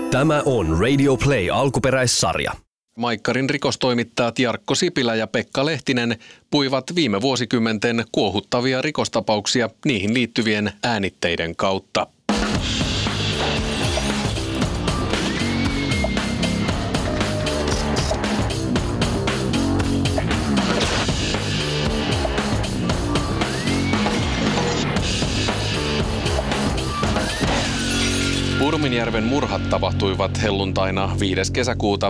Tämä on Radio Play alkuperäissarja. Maikkarin rikostoimittajat Jarkko Sipilä ja Pekka Lehtinen puivat viime vuosikymmenten kuohuttavia rikostapauksia niihin liittyvien äänitteiden kautta. Puuduminjärven murhat tapahtuivat helluntaina 5. kesäkuuta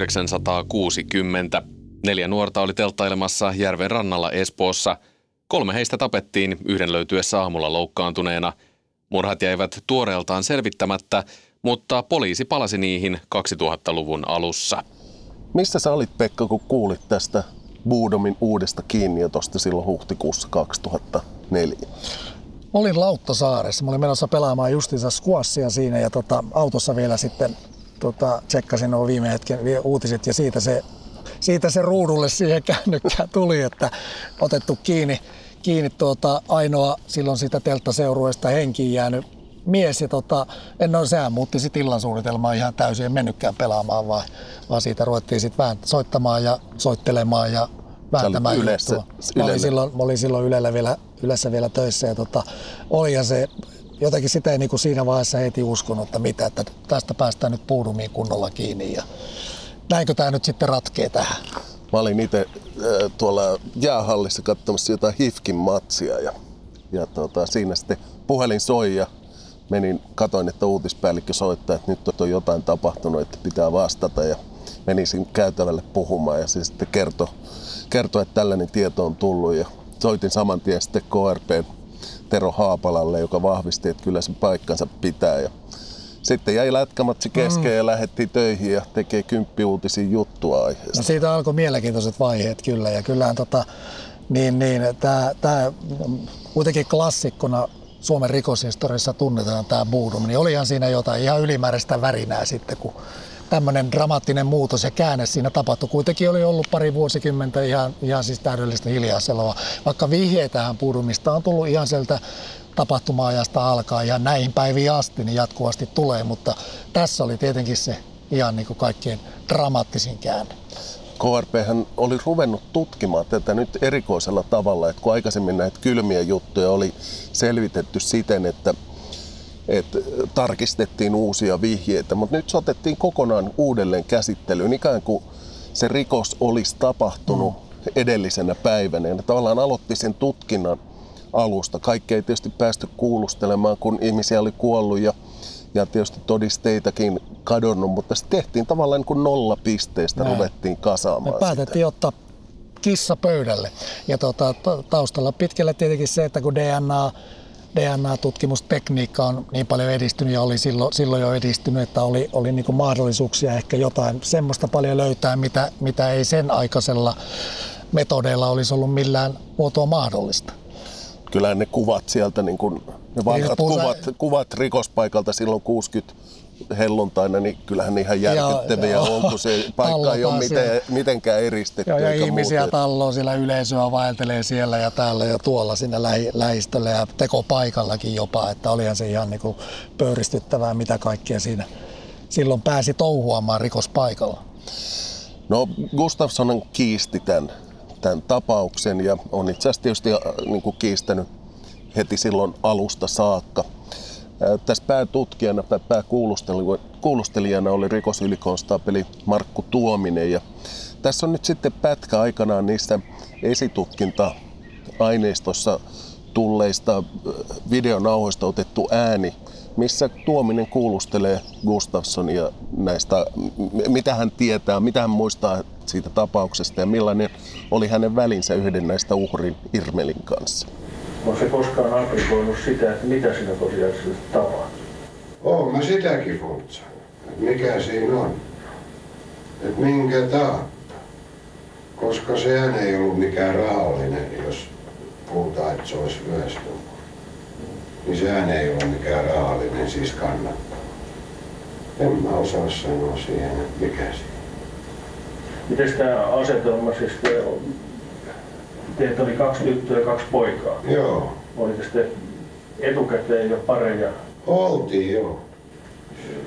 1960. 4 nuorta oli telttailemassa järven rannalla Espoossa. 3 heistä tapettiin yhden löytyessä aamulla loukkaantuneena. Murhat jäivät tuoreeltaan selvittämättä, mutta poliisi palasi niihin 2000-luvun alussa. Missä sä olit, Pekka, kun kuulit tästä Puudumin uudesta kiinniotosta silloin huhtikuussa 2004? Olin Lauttasaaressa. Mä olin menossa pelaamaan justiinsa squashia siinä ja autossa vielä sitten tsekkasin nuo viime hetken uutiset ja siitä se ruudulle siihen kännykkään tuli, että otettu kiinni ainoa silloin siitä telttaseurueesta henkiin jäänyt mies. Ja sehän muutti sitten illan suunnitelmaa ihan täysin, en mennytkään pelaamaan, vaan siitä ruvettiin sitten vähän soittamaan ja soittelemaan ja vääntämään juttua. Mä olin silloin Ylessä vielä töissä ja olihan se, jotenkin sitä ei niin kuin siinä vaiheessa heti uskonut, että tästä päästään nyt Puudumiin kunnolla kiinni ja näinkö tämä nyt sitten ratkee tähän. Mä olin itse tuolla jäähallissa katsomassa jotain HIFKin matsia ja siinä sitten puhelin soi ja katoin, että uutispäällikkö soittaa, että nyt on jotain tapahtunut, että pitää vastata ja menin sinne käytävälle puhumaan ja se sitten kertoi, että tällainen tieto on tullut ja soitin saman tien sitten KRP:n Tero Haapalalle, joka vahvisti, että kyllä se paikkansa pitää. Ja sitten jäi lätkämatsi kesken ja lähdettiin töihin ja tekee 10 uutisia juttua aiheesta. No siitä alkoi mielenkiintoiset vaiheet kyllä ja kyllähän tämä kuitenkin klassikkona Suomen rikoshistoriassa tunnetaan tämä Puudum, niin olihan siinä jotain ihan ylimääräistä värinää sitten, kun tämmöinen dramaattinen muutos ja käänne siinä tapahtui. Kuitenkin oli ollut pari vuosikymmentä ihan siis täydellistä hiljaiseloa. Vaikka vihjeitähän Puudumista on tullut ihan sieltä tapahtuma-ajasta alkaa ihan näihin päiviin asti, niin jatkuvasti tulee. Mutta tässä oli tietenkin se ihan niin kuin kaikkien dramaattisin käänne. KRP:hän oli ruvennut tutkimaan tätä nyt erikoisella tavalla, että kun aikaisemmin näitä kylmiä juttuja oli selvitetty siten, että tarkistettiin uusia vihjeitä, mutta nyt se otettiin kokonaan uudelleen käsittelyyn, ikään kuin se rikos olisi tapahtunut edellisenä päivänä. Ja ne tavallaan aloitti sen tutkinnan alusta. Kaikki ei tietysti päästy kuulustelemaan, kun ihmisiä oli kuollut ja tietysti todisteitakin kadonnut, mutta se tehtiin tavallaan niin kuin nollapisteistä, ruvettiin kasaamaan. Me päätettiin ottaa kissa pöydälle. Ja taustalla pitkälle tietenkin se, että kun DNA-tutkimustekniikka on niin paljon edistynyt ja oli silloin jo edistynyt, että oli niin kuin mahdollisuuksia ehkä jotain semmoista paljon löytää, mitä ei sen aikaisella metodeilla olisi ollut millään muotoa mahdollista. Kyllähän ne kuvat sieltä, niin kuin, ne vanhat kuvat rikospaikalta silloin 60 helluntaina, niin kyllähän ne ihan järkyttäviä on, kun se paikka ei ole mitenkään eristetty. Ja ihmisiä talloo siellä, yleisöä vaeltelee siellä ja täällä ja tuolla sinne lähistöllä ja tekopaikallakin jopa, että olihan se ihan niin kuin pöyristyttävää, mitä kaikkea siinä silloin pääsi touhuamaan rikospaikalla. No Gustafsson kiisti tämän tapauksen ja on itse asiassa tietysti niin kuin kiistänyt heti silloin alusta saakka. Tässä päätutkijana tai pääkuulustelijana oli rikosylikonstaapeli Markku Tuominen ja tässä on nyt sitten pätkä aikanaan niistä esitutkinta-aineistossa tulleista videonauhoista otettu ääni, missä Tuominen kuulustelee Gustafssonia näistä, mitä hän tietää, mitä hän muistaa siitä tapauksesta ja millainen oli hänen välinsä yhden näistä uhrin Irmelin kanssa. Onko se koskaan aprikoinut sitä, että mitä siinä tosiasiassa tapahtuu? Oon mä sitäkin funtsannut. Mikä siinä on? Että minkä tautta? Koska sehän ei ollut mikään rahallinen, jos puhutaan, että se olisi ryöstö. Niin sehän ei ole mikään rahallinen, siis kannattaa. En mä osaa sanoa siihen, että mikä siinä. Miten tämä asetelma siis teitä oli 2 tyttöä ja 2 poikaa? Joo. Oliko sitten etukäteen jo pareja? Oltiin joo.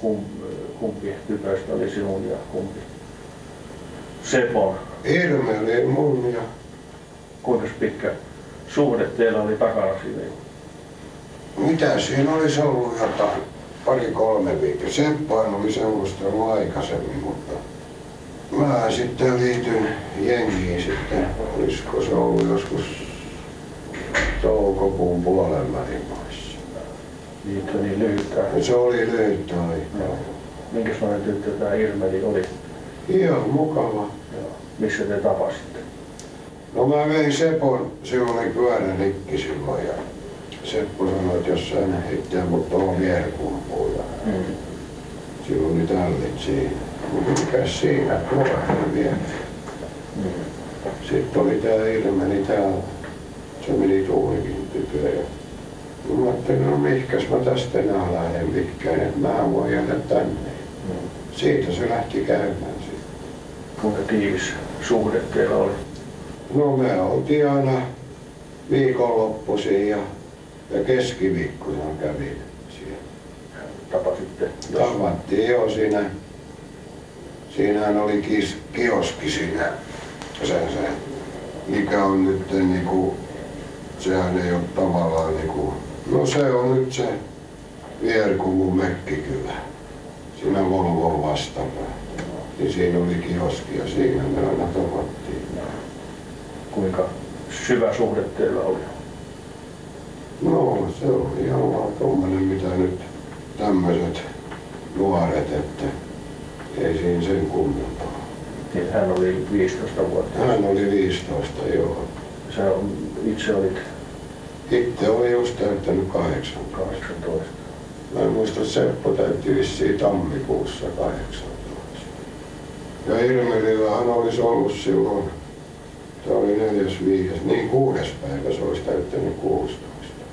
kumpi tytöistä oli sinun ja kumpi Sepon? Irme oli mun ja... Kuinka pitkä suhde teillä oli takana siinä? Mitä siinä olisi ollut jotain? 2-3 viikkoa. Seppohan oli seurustellut aikaisemmin, mutta mä sitten liityin jengiin sitten. Olisiko se ollut joskus toukokuun puolen välimaissa. Niitä niin lyhyttä. Se oli lyhyttä aikaa. Minkälainen tyttö tämä Irmeli oli? Ihan mukava. Joo. Missä te tapasitte? No mä vein Sepon, sillä oli pyörä rikki silloin ja Seppo sanoi, että jos hän heittää mut tuohon vierkumpuun ja silloin oli tallit siinä. Mikäs siinä? Tuohon vielä. Sitten oli tää Irmeli täällä. Se meni Tuulikin tyköön ja mä ajattelin, no mihkäs mä tästä enää lähden mihinkään, että mä voin jäädä tänne. Siitä se lähti käymään sitten. Kuinka tiivis suhde teillä oli? No me oltiin aina viikonloppuisin ja keskiviikkona kävin siellä. Tapasitte? Tavattiin jo siinä. Siinähän oli kioski siinä. Se, mikä on nyt niinku, sehän ei ole tavallaan niinku, no se on nyt se Vierkumun Mekkikylä. Siinä Volvon vastapäätä. Niin siinä oli kioski ja siinä me aina tavattiin. Kuinka syvä suhde teillä oli? No se oli ihan vaan tommonen mitä nyt tämmöiset nuoret, että ei siinä sen kummempaa. Niin hän oli 15 vuotta. Hän oli 15, joo. Sä itse olit? Itse oli just täyttänyt 18. Mä en muista, Seppo täytti vissiin tammikuussa 18. Ja Irmelillähän olisi ollut silloin, tämä oli 4.5, niin 6. päivä se olisi täyttänyt 16.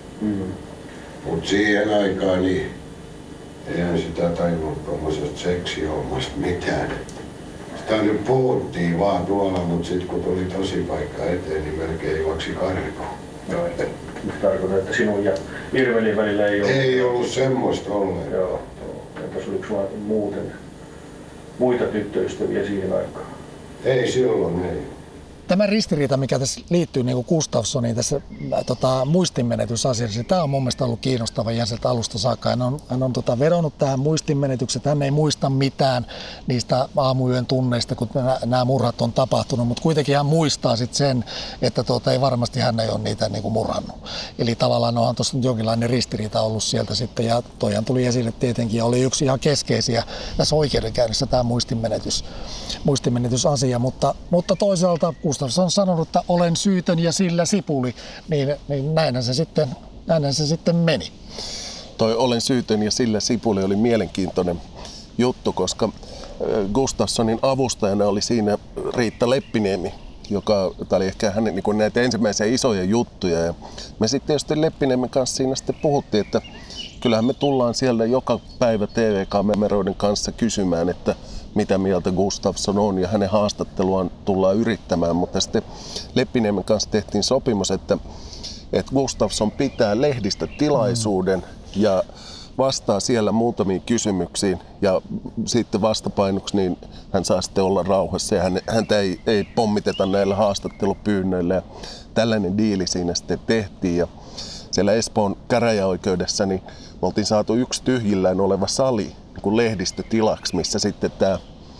Mut siihen aikaan niin eihän sitä tajunnut tommosesta seksihommasta mitään. Sitä nyt puhuttiin vaan tuolla, mutta sit kun tuli tosipaikka eteen, niin melkein juoksi karkuun. No, tarkoitan, että sinun ja Irmelin välillä ei ollut semmoista ollenkaan. Joo. Entäs oliko muuten muita tyttöystäviä siihen aikaan? Ei silloin, ei. Tämä ristiriita, mikä tässä liittyy niin kuin Gustafssoniin tässä muistinmenetysasiassa, niin tämä on mun mielestä ollut kiinnostava ihan sieltä alusta saakka. Hän on vedonnut tähän muistinmenetykseen, hän ei muista mitään niistä aamuyön tunneista, kun nämä murhat on tapahtunut, mutta kuitenkin hän muistaa sitten sen, että ei varmasti hän ei ole niitä niin kuin murhannut. Eli tavallaan onhan tuossa jonkinlainen ristiriita ollut sieltä sitten, ja toihan tuli esille tietenkin, ja oli yksi ihan keskeisiä tässä oikeudenkäynnissä tämä muistinmenetysasia, mutta toisaalta Gustafsson on sanonut, että olen syytön ja sillä sipuli, niin näinhän se sitten meni. Toi olen syytön ja sillä sipuli oli mielenkiintoinen juttu, koska Gustafssonin avustajana oli siinä Riitta Leppiniemi, joka oli ehkä hänen niin näitä ensimmäisiä isoja juttuja. Ja me sitten tietysti Leppiniemen kanssa siinä sitten puhuttiin, että kyllähän me tullaan siellä joka päivä TV-kameroiden kanssa kysymään, että mitä mieltä Gustafsson on ja hänen haastatteluaan tullaan yrittämään, mutta sitten Leppiniemen kanssa tehtiin sopimus, että Gustafsson pitää lehdistötilaisuuden ja vastaa siellä muutamiin kysymyksiin ja sitten vastapainoksi niin hän saa sitten olla rauhassa ja häntä ei pommiteta näillä haastattelupyynnöillä ja tällainen diili siinä sitten tehtiin ja siellä Espoon käräjäoikeudessa niin me oltiin saatu yksi tyhjillään oleva sali niin lehdistötilaksi, missä sitten tämä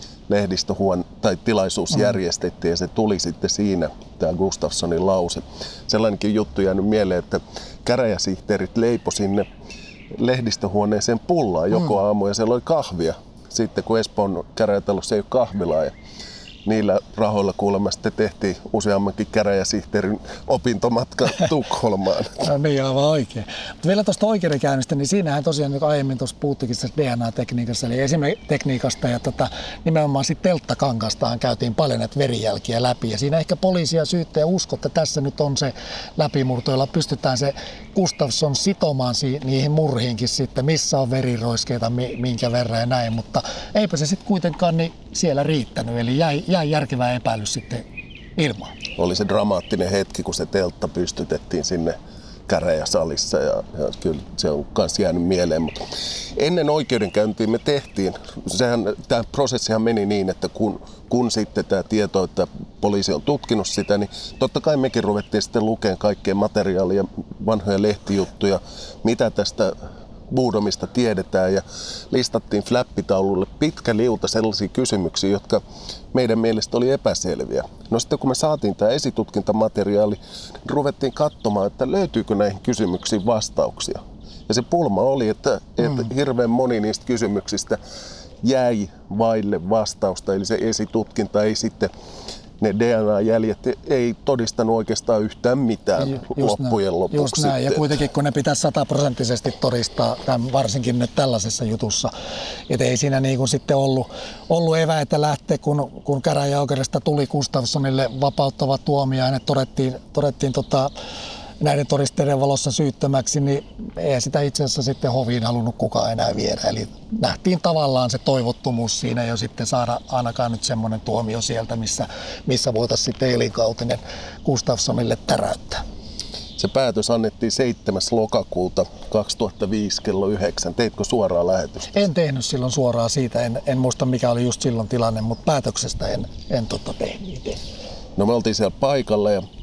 tilaisuus järjestettiin ja se tuli sitten siinä, tämä Gustafssonin lause. Sellainenkin juttu jäänyt mieleen, että käräjäsihteerit leipoi sinne lehdistöhuoneeseen pullaa joko aamu ja siellä oli kahvia. Sitten kun Espoon käräjätalossa ei ole kahvilaa ja niillä rahoilla kuulemma sitten tehtiin useammankin käräjäsihteerin opintomatka Tukholmaan. No niin, aivan oikein. Mutta vielä tuosta oikeudenkäynnistä, niin siinähän tosiaan niin aiemmin tuossa puhuttikin DNA-tekniikasta, eli esimerkkitekniikasta ja nimenomaan sitten telttakangastaan käytiin paljon näitä verijälkiä läpi. Ja siinä ehkä poliisi ja syyttäjä uskoi, että tässä nyt on se läpimurto, jolla pystytään se Gustafsson sitomaan niihin murhiinkin sitten, missä on veriroiskeita, minkä verran ja näin. Mutta eipä se sitten kuitenkaan niin siellä riittänyt, eli jäi järkevä epäilys sitten ilmaan. Oli se dramaattinen hetki, kun se teltta pystytettiin sinne käräjäsalissa ja kyllä se on myös jäänyt mieleen. Mutta ennen oikeudenkäyntiä me tehtiin, tämä prosessihan meni niin, että kun sitten tämä tieto, että poliisi on tutkinut sitä, niin totta kai mekin ruvettiin sitten lukemaan kaikkea materiaalia, vanhoja lehtijuttuja, mitä tästä Bodommista tiedetään ja listattiin flappitaululle pitkä liuta sellaisia kysymyksiä, jotka meidän mielestä oli epäselviä. No sitten kun me saatiin tämä esitutkintamateriaali, niin ruvettiin katsomaan, että löytyykö näihin kysymyksiin vastauksia. Ja se pulma oli, että hirveän moni niistä kysymyksistä jäi vaille vastausta, eli se esitutkinta ei sitten, ne DNA-jäljet ei todistanut oikeastaan yhtään mitään loppujen lopuksi. Just näin, ja kuitenkin kun ne pitäisi 100% todistaa, varsinkin nyt tällaisessa jutussa, että ei siinä niin kuin sitten ollut eväitä lähteä, kun käräjäoikeudesta tuli Gustafssonille vapauttava tuomio, ja ne todettiin näiden todisteiden valossa syyttömäksi, niin ei sitä itse asiassa sitten hoviin halunnut kukaan enää viedä. Eli nähtiin tavallaan se toivottomuus siinä jo sitten saada ainakaan nyt semmoinen tuomio sieltä, missä voitaisiin sitten elinkautinen Gustafssonille täräyttää. Se päätös annettiin 7. lokakuuta 2005 kello 9. Teitkö suoraa lähetystä? En tehnyt silloin suoraan siitä, en muista mikä oli just silloin tilanne, mutta päätöksestä en tehnyt. No me oltiin siellä paikalla ja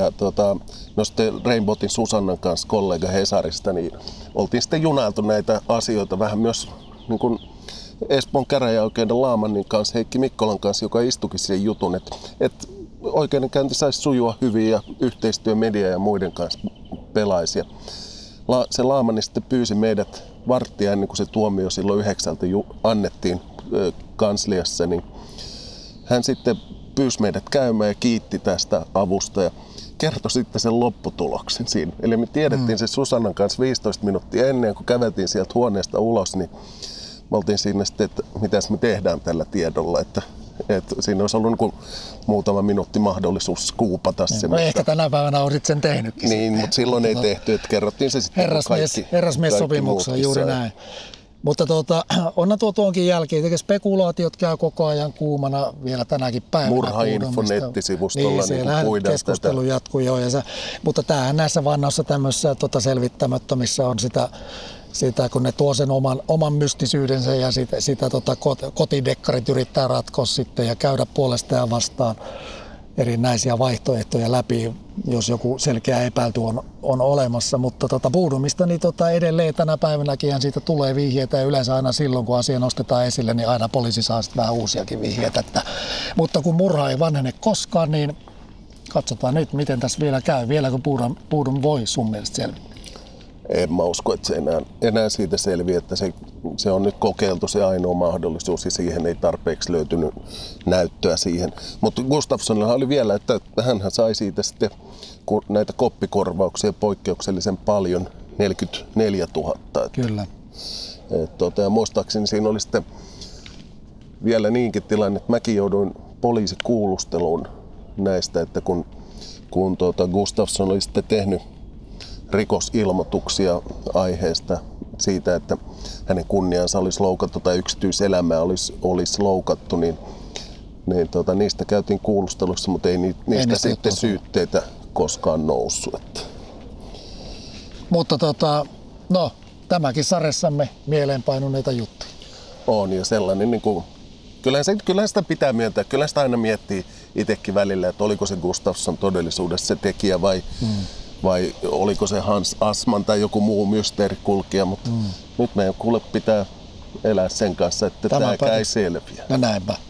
no sitten Rainbowtin Susannan kanssa, kollega Hesarista, niin oltiin sitten junailtu näitä asioita vähän myös niin kuin Espoon käräjäoikeuden Laamannin kanssa, Heikki Mikkolan kanssa, joka istuikin siihen jutun, että oikeudenkäynti saisi sujua hyvin ja yhteistyö media ja muiden kanssa pelaisi. Se Laamanni sitten pyysi meidät varttia ennen kuin se tuomio silloin 9 annettiin kansliassa, niin hän sitten pyysi meidät käymään ja kiitti tästä avusta ja kertoi sitten sen lopputuloksen siinä. Eli me tiedettiin se Susannan kanssa 15 minuuttia ennen, kun käveltiin sieltä huoneesta ulos, niin me oltiin siinä sitten, että mitäs me tehdään tällä tiedolla. Että siinä olisi ollut niin muutama minuutti mahdollisuus skuupata se. No ehkä tänä päivänä olisit sen tehnytkin. Niin, mutta silloin ei tehty, että kerrottiin se sitten herrasmies-sopimuksella, juuri näin. Mutta onhan tuonkin jälkeen, että spekulaatiot käy koko ajan kuumana vielä tänäkin päivänä. Murha-info nettisivustolla niin keskustelu jatkuu jo. Mutta tämähän näissä vannoissa tämmöisissä selvittämättömissä on sitä, kun ne tuo sen oman mystisyydensä ja sitä kotidekkarit yrittää ratkoa sitten ja käydä puolesta ja vastaan erinäisiä vaihtoehtoja läpi, jos joku selkeä epäilty on olemassa, mutta Bodommista niin edelleen tänä päivänäkin siitä tulee vihjeitä ja yleensä aina silloin, kun asia nostetaan esille, niin aina poliisi saa sitten vähän uusiakin vihjeitä. Mutta kun murha ei vanhene koskaan, niin katsotaan nyt, miten tässä vielä käy. Vieläkö Bodom voi sun mielestä selvittää? En mä usko, että se enää siitä selviää, että se on nyt kokeiltu se ainoa mahdollisuus ja siihen ei tarpeeksi löytynyt näyttöä siihen. Mutta Gustafssonilla oli vielä, että hänhän sai siitä sitten näitä koppikorvauksia poikkeuksellisen paljon, 44 000. Kyllä. Ja muistaakseni siinä oli sitten vielä niinkin tilanne, että mäkin jouduin poliisikuulusteluun näistä, että kun Gustafsson oli sitten tehnyt rikosilmoituksia aiheesta siitä, että hänen kunniansa olisi loukattu tai yksityiselämää olisi loukattu, niin niistä käytiin kuulustelussa, mutta ei niistä sitten syytteitä koskaan noussut. Mutta tämäkin sarjassamme mieleenpainuneita juttuja. On ja sellainen, niin kuin, kyllähän sitä pitää myöntää, kyllähän sitä aina miettii itsekin välillä, että oliko se Gustafsson todellisuudessa se tekijä vai oliko se Hans Assmann tai joku muu mysteerikulkija, mutta nyt meidän pitää elää sen kanssa, että tämä ei selviä. No näinpä.